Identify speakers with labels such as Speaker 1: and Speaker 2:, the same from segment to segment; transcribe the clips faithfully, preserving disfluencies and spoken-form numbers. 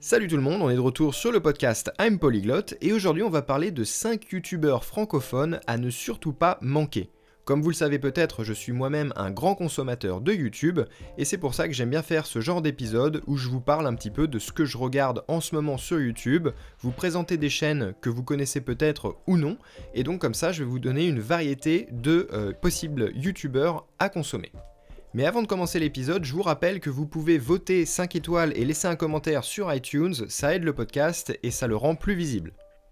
Speaker 1: Salut tout le monde, on est de retour sur le podcast I'm Polyglotte et aujourd'hui on va parler de cinq youtubeurs francophones à ne surtout pas manquer. Comme vous le savez peut-être, je suis moi-même un grand consommateur de YouTube et c'est pour ça que j'aime bien faire ce genre d'épisode où je vous parle un petit peu de ce que je regarde en ce moment sur YouTube, vous présenter des chaînes que vous connaissez peut-être ou non, et donc comme ça je vais vous donner une variété de euh, possibles youtubeurs à consommer. Mais avant de commencer l'épisode, je vous rappelle que vous pouvez voter cinq étoiles et laisser un commentaire sur iTunes, ça aide le podcast et ça le rend plus visible.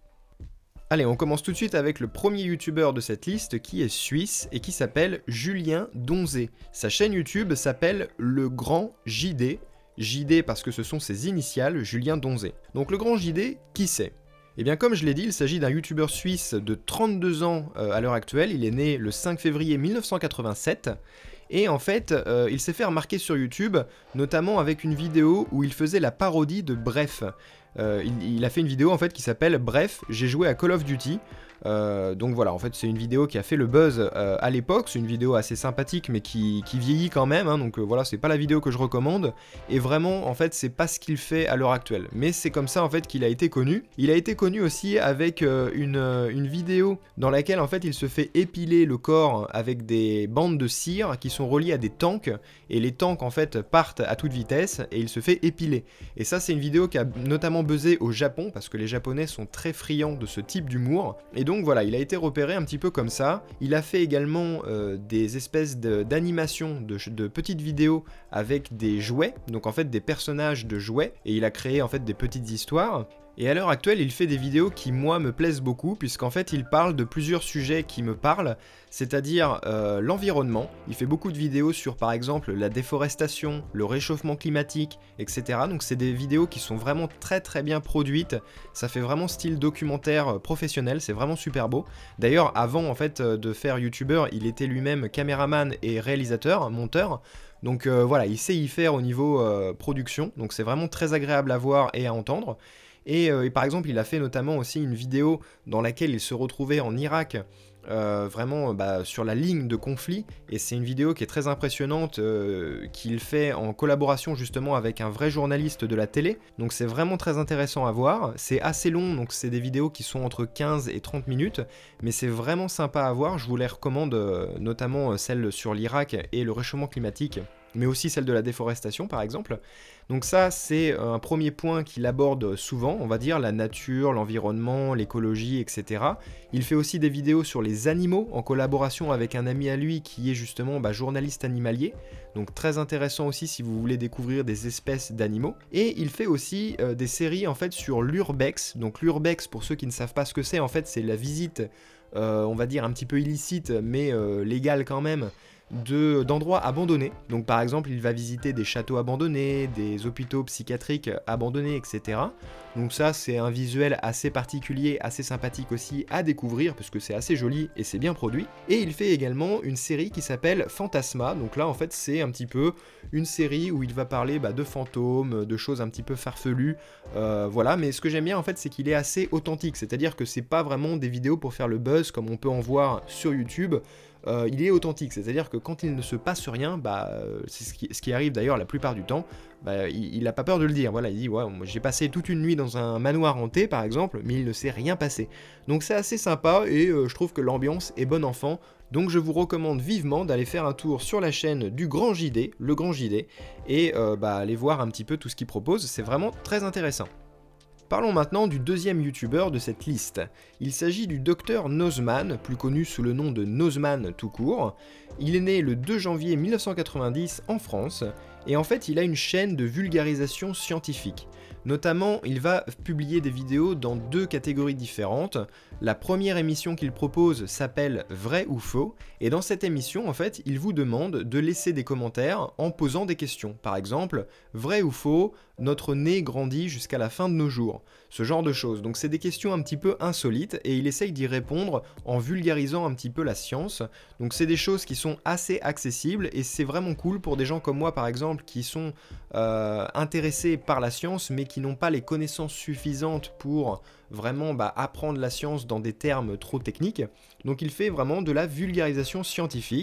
Speaker 1: Allez, on commence tout de suite avec le premier youtubeur de cette liste qui est suisse et qui s'appelle Julien Donzé. Sa chaîne YouTube s'appelle Le Grand J D, J D parce que ce sont ses initiales, Julien Donzé. Donc le Grand J D, qui c'est ? Eh bien comme je l'ai dit, il s'agit d'un youtubeur suisse de trente-deux ans euh, à l'heure actuelle, il est né le cinq février mille neuf cent quatre-vingt-sept, et en fait, euh, il s'est fait remarquer sur YouTube, notamment avec une vidéo où il faisait la parodie de Bref. Euh, il, il a fait une vidéo en fait qui s'appelle Bref, j'ai joué à Call of Duty. Euh, donc voilà, en fait c'est une vidéo qui a fait le buzz euh, à l'époque, c'est une vidéo assez sympathique mais qui, qui vieillit quand même, hein, donc euh, voilà, c'est pas la vidéo que je recommande, et vraiment en fait c'est pas ce qu'il fait à l'heure actuelle, mais c'est comme ça en fait qu'il a été connu. Il a été connu aussi avec euh, une, euh, une vidéo dans laquelle en fait il se fait épiler le corps avec des bandes de cire qui sont reliées à des tanks, et les tanks en fait partent à toute vitesse et il se fait épiler. Et ça c'est une vidéo qui a notamment buzzé au Japon, parce que les Japonais sont très friands de ce type d'humour, et donc Donc voilà, il a été repéré un petit peu comme ça. Il a fait également euh, des espèces de, d'animations, de, de petites vidéos avec des jouets, donc en fait des personnages de jouets, et il a créé en fait des petites histoires. Et à l'heure actuelle, il fait des vidéos qui, moi, me plaisent beaucoup, puisqu'en fait, il parle de plusieurs sujets qui me parlent, c'est-à-dire euh, l'environnement. Il fait beaucoup de vidéos sur, par exemple, la déforestation, le réchauffement climatique, et cetera. Donc c'est des vidéos qui sont vraiment très très bien produites. Ça fait vraiment style documentaire professionnel, c'est vraiment super beau. D'ailleurs, avant, en fait, de faire youtubeur, il était lui-même caméraman et réalisateur, monteur. Donc euh, voilà, il sait y faire au niveau euh, production, donc c'est vraiment très agréable à voir et à entendre. Et, euh, et par exemple, il a fait notamment aussi une vidéo dans laquelle il se retrouvait en Irak, euh, vraiment bah, sur la ligne de conflit, et c'est une vidéo qui est très impressionnante, euh, qu'il fait en collaboration justement avec un vrai journaliste de la télé, donc c'est vraiment très intéressant à voir. C'est assez long, donc c'est des vidéos qui sont entre quinze et trente minutes, mais c'est vraiment sympa à voir, je vous les recommande, euh, notamment celle sur l'Irak et le réchauffement climatique, mais aussi celle de la déforestation par exemple. Donc ça c'est un premier point qu'il aborde souvent, on va dire la nature, l'environnement, l'écologie, et cetera. Il fait aussi des vidéos sur les animaux en collaboration avec un ami à lui qui est justement bah, journaliste animalier, donc très intéressant aussi si vous voulez découvrir des espèces d'animaux. Et il fait aussi euh, des séries en fait sur l'urbex. Donc l'urbex, pour ceux qui ne savent pas ce que c'est, en fait c'est la visite, euh, on va dire un petit peu illicite mais euh, légale quand même, De, d'endroits abandonnés. Donc par exemple, il va visiter des châteaux abandonnés, des hôpitaux psychiatriques abandonnés, et cetera. Donc ça, c'est un visuel assez particulier, assez sympathique aussi à découvrir, parce que c'est assez joli et c'est bien produit. Et il fait également une série qui s'appelle Fantasma. Donc là, en fait, c'est un petit peu une série où il va parler bah, de fantômes, de choses un petit peu farfelues, euh, voilà. Mais ce que j'aime bien, en fait, c'est qu'il est assez authentique. C'est-à-dire que c'est pas vraiment des vidéos pour faire le buzz, comme on peut en voir sur YouTube. Euh, il est authentique, c'est-à-dire que quand il ne se passe rien, bah, euh, c'est ce qui, ce qui arrive d'ailleurs la plupart du temps, bah, il n'a pas peur de le dire. Voilà, il dit ouais, moi, j'ai passé toute une nuit dans un manoir hanté par exemple, mais il ne s'est rien passé. Donc c'est assez sympa et euh, je trouve que l'ambiance est bon enfant. Donc je vous recommande vivement d'aller faire un tour sur la chaîne du Grand J D, le Grand J D, et euh, bah, aller voir un petit peu tout ce qu'il propose, c'est vraiment très intéressant. Parlons maintenant du deuxième youtubeur de cette liste. Il s'agit du docteur Nozman, plus connu sous le nom de Nozman tout court. Il est né le deux janvier mille neuf cent quatre-vingt-dix en France, et en fait il a une chaîne de vulgarisation scientifique. Notamment, il va publier des vidéos dans deux catégories différentes. La première émission qu'il propose s'appelle Vrai ou Faux, et dans cette émission, en fait, il vous demande de laisser des commentaires en posant des questions. Par exemple, Vrai ou Faux, notre nez grandit jusqu'à la fin de nos jours. Ce genre de choses. Donc c'est des questions un petit peu insolites, et il essaye d'y répondre en vulgarisant un petit peu la science. Donc c'est des choses qui sont assez accessibles, et c'est vraiment cool pour des gens comme moi, par exemple, qui sont euh, intéressés par la science, mais qui n'ont pas les connaissances suffisantes pour vraiment bah, apprendre la science dans des termes trop techniques. Donc il fait vraiment de la vulgarisation scientifique.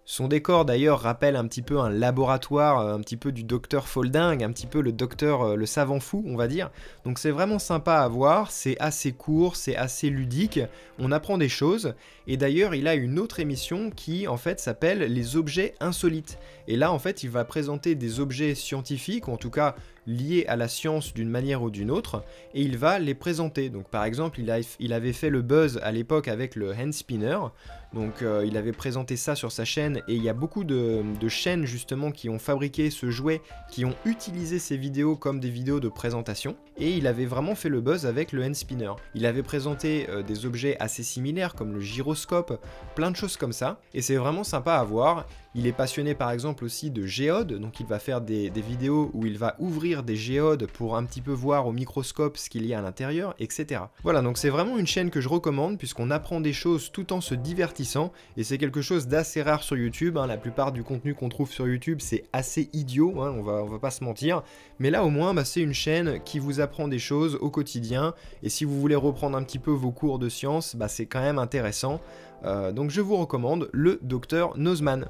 Speaker 1: Son décor d'ailleurs rappelle un petit peu un laboratoire, un petit peu du docteur Folding, un petit peu le docteur, le savant fou on va dire. Donc c'est vraiment sympa à voir, c'est assez court, c'est assez ludique, on apprend des choses. Et d'ailleurs il a une autre émission qui en fait s'appelle les objets insolites. Et là en fait il va présenter des objets scientifiques, ou en tout cas liés à la science d'une manière ou d'une autre, et il va les présenter. Donc par exemple il, a, il avait fait le buzz à l'époque avec le hand spinner. Donc euh, il avait présenté ça sur sa chaîne et il y a beaucoup de, de chaînes justement qui ont fabriqué ce jouet, qui ont utilisé ces vidéos comme des vidéos de présentation et il avait vraiment fait le buzz avec le hand spinner. Il avait présenté euh, des objets assez similaires comme le gyroscope, plein de choses comme ça et c'est vraiment sympa à voir. Il est passionné par exemple aussi de géodes, donc il va faire des, des vidéos où il va ouvrir des géodes pour un petit peu voir au microscope ce qu'il y a à l'intérieur, et cetera. Voilà, donc c'est vraiment une chaîne que je recommande puisqu'on apprend des choses tout en se divertissant et c'est quelque chose d'assez rare sur YouTube. Hein. La plupart du contenu qu'on trouve sur YouTube c'est assez idiot, hein, on va, on va pas se mentir, mais là au moins bah, c'est une chaîne qui vous apprend des choses au quotidien et si vous voulez reprendre un petit peu vos cours de sciences, bah, c'est quand même intéressant. Euh, donc je vous recommande le docteur Nozman.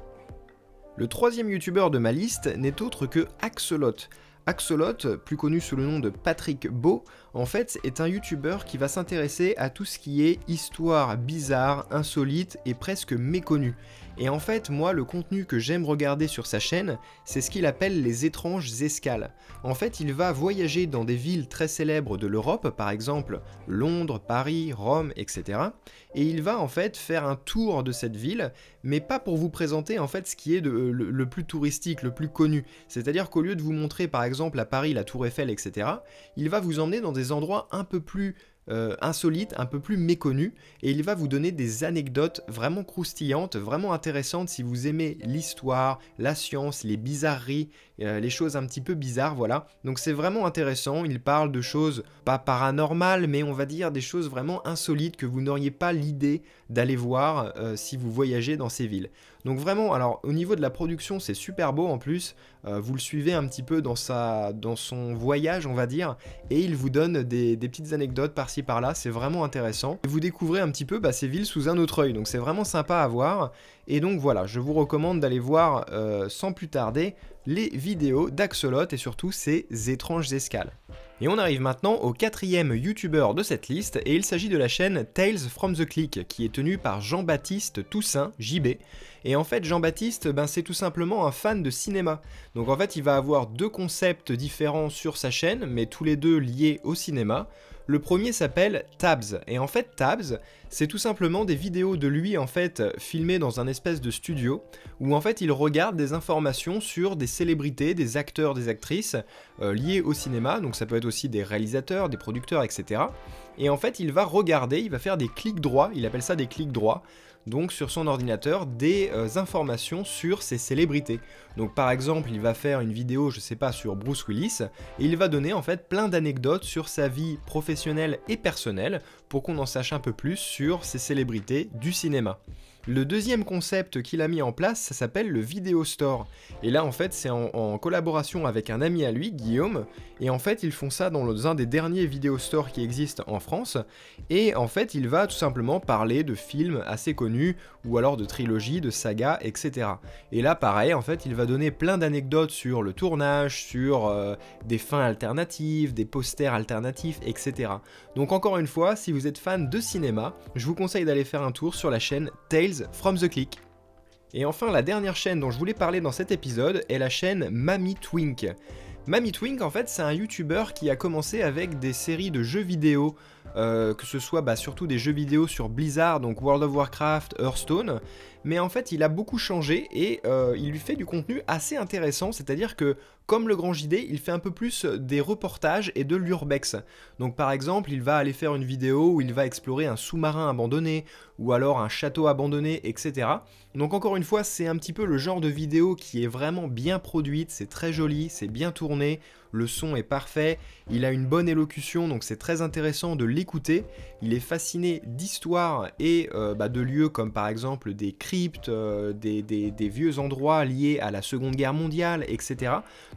Speaker 1: Le troisième youtubeur de ma liste n'est autre que Axolot. Axolot, plus connu sous le nom de Patrick Beau, en fait est un youtubeur qui va s'intéresser à tout ce qui est histoire bizarre, insolite et presque méconnue. Et en fait, moi, le contenu que j'aime regarder sur sa chaîne, c'est ce qu'il appelle les étranges escales. En fait, il va voyager dans des villes très célèbres de l'Europe, par exemple Londres, Paris, Rome, et cetera. Et il va en fait faire un tour de cette ville, mais pas pour vous présenter en fait ce qui est de, le, le plus touristique, le plus connu. C'est-à-dire qu'au lieu de vous montrer par exemple à Paris la Tour Eiffel, et cetera, il va vous emmener dans des endroits un peu plus Euh, insolite, un peu plus méconnu, et il va vous donner des anecdotes vraiment croustillantes, vraiment intéressantes si vous aimez l'histoire, la science, les bizarreries, euh, les choses un petit peu bizarres, voilà. Donc c'est vraiment intéressant, il parle de choses pas paranormales, mais on va dire des choses vraiment insolites que vous n'auriez pas l'idée d'aller voir euh, si vous voyagez dans ces villes. Donc vraiment, alors au niveau de la production, c'est super beau en plus, euh, vous le suivez un petit peu dans, sa, dans son voyage, on va dire, et il vous donne des, des petites anecdotes par-ci par-là, c'est vraiment intéressant. Et vous découvrez un petit peu bah, ces villes sous un autre œil, donc c'est vraiment sympa à voir. Et donc voilà, je vous recommande d'aller voir euh, sans plus tarder les vidéos d'Axolot et surtout ses étranges escales. Et on arrive maintenant au quatrième youtubeur de cette liste, et il s'agit de la chaîne Tales from the Click, qui est tenue par Jean-Baptiste Toussaint, J B. Et en fait, Jean-Baptiste, ben, c'est tout simplement un fan de cinéma. Donc en fait, il va avoir deux concepts différents sur sa chaîne, mais tous les deux liés au cinéma. Le premier s'appelle Tabs, et en fait Tabs, c'est tout simplement des vidéos de lui en fait filmées dans un espèce de studio, où en fait il regarde des informations sur des célébrités, des acteurs, des actrices euh, liés au cinéma, donc ça peut être aussi des réalisateurs, des producteurs, et cetera. Et en fait il va regarder, il va faire des clics droits, il appelle ça des clics droits, donc sur son ordinateur des euh, informations sur ces célébrités. Donc par exemple, il va faire une vidéo, je sais pas, sur Bruce Willis, et il va donner en fait plein d'anecdotes sur sa vie professionnelle et personnelle, pour qu'on en sache un peu plus sur ces célébrités du cinéma. Le deuxième concept qu'il a mis en place, ça s'appelle le Video Store. Et là, en fait, c'est en, en collaboration avec un ami à lui, Guillaume. Et en fait, ils font ça dans un des derniers Video Stores qui existent en France. Et en fait, il va tout simplement parler de films assez connus, ou alors de trilogies, de sagas, et cetera. Et là, pareil, en fait, il va donner plein d'anecdotes sur le tournage, sur euh, des fins alternatives, des posters alternatifs, et cetera. Donc encore une fois, si vous êtes fan de cinéma, je vous conseille d'aller faire un tour sur la chaîne Tales from the Click. Et enfin, la dernière chaîne dont je voulais parler dans cet épisode est la chaîne Mamie Twink. Mamie Twink, en fait, c'est un youtubeur qui a commencé avec des séries de jeux vidéo, euh, que ce soit bah, surtout des jeux vidéo sur Blizzard, donc World of Warcraft, Hearthstone, mais en fait, il a beaucoup changé et euh, il lui fait du contenu assez intéressant, c'est-à-dire que, comme le Grand J D, il fait un peu plus des reportages et de l'urbex. Donc par exemple, il va aller faire une vidéo où il va explorer un sous-marin abandonné, ou alors un château abandonné, et cetera. Donc encore une fois, c'est un petit peu le genre de vidéo qui est vraiment bien produite, c'est très joli, c'est bien tourné, le son est parfait, il a une bonne élocution, donc c'est très intéressant de l'écouter. Il est fasciné d'histoire et euh, bah, de lieux comme par exemple des cryptes, euh, des, des, des vieux endroits liés à la Seconde Guerre mondiale, et cetera.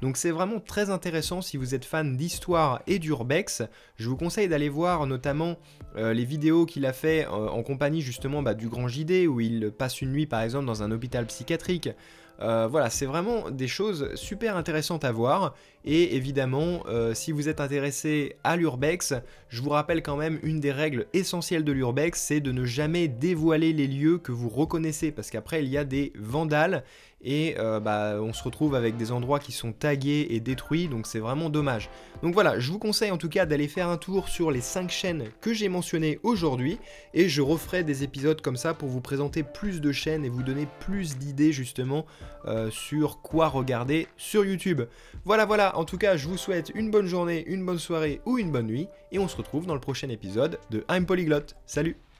Speaker 1: Donc c'est vraiment très intéressant si vous êtes fan d'histoire et d'urbex. Je vous conseille d'aller voir notamment euh, les vidéos qu'il a fait euh, en compagnie justement bah, du grand J D, où il passe une nuit par exemple dans un hôpital psychiatrique. Euh, voilà, c'est vraiment des choses super intéressantes à voir. Et évidemment, euh, si vous êtes intéressé à l'urbex, je vous rappelle quand même une des règles essentielles de l'urbex, c'est de ne jamais dévoiler les lieux que vous reconnaissez, parce qu'après il y a des vandales et euh, bah, on se retrouve avec des endroits qui sont tagués et détruits, donc c'est vraiment dommage. Donc voilà, je vous conseille en tout cas d'aller faire un tour sur les cinq chaînes que j'ai mentionnées aujourd'hui, et je referai des épisodes comme ça pour vous présenter plus de chaînes et vous donner plus d'idées justement euh, sur quoi regarder sur YouTube. Voilà, voilà, en tout cas je vous souhaite une bonne journée, une bonne soirée ou une bonne nuit, et on se retrouve dans le prochain épisode de I'm Polyglot. Salut!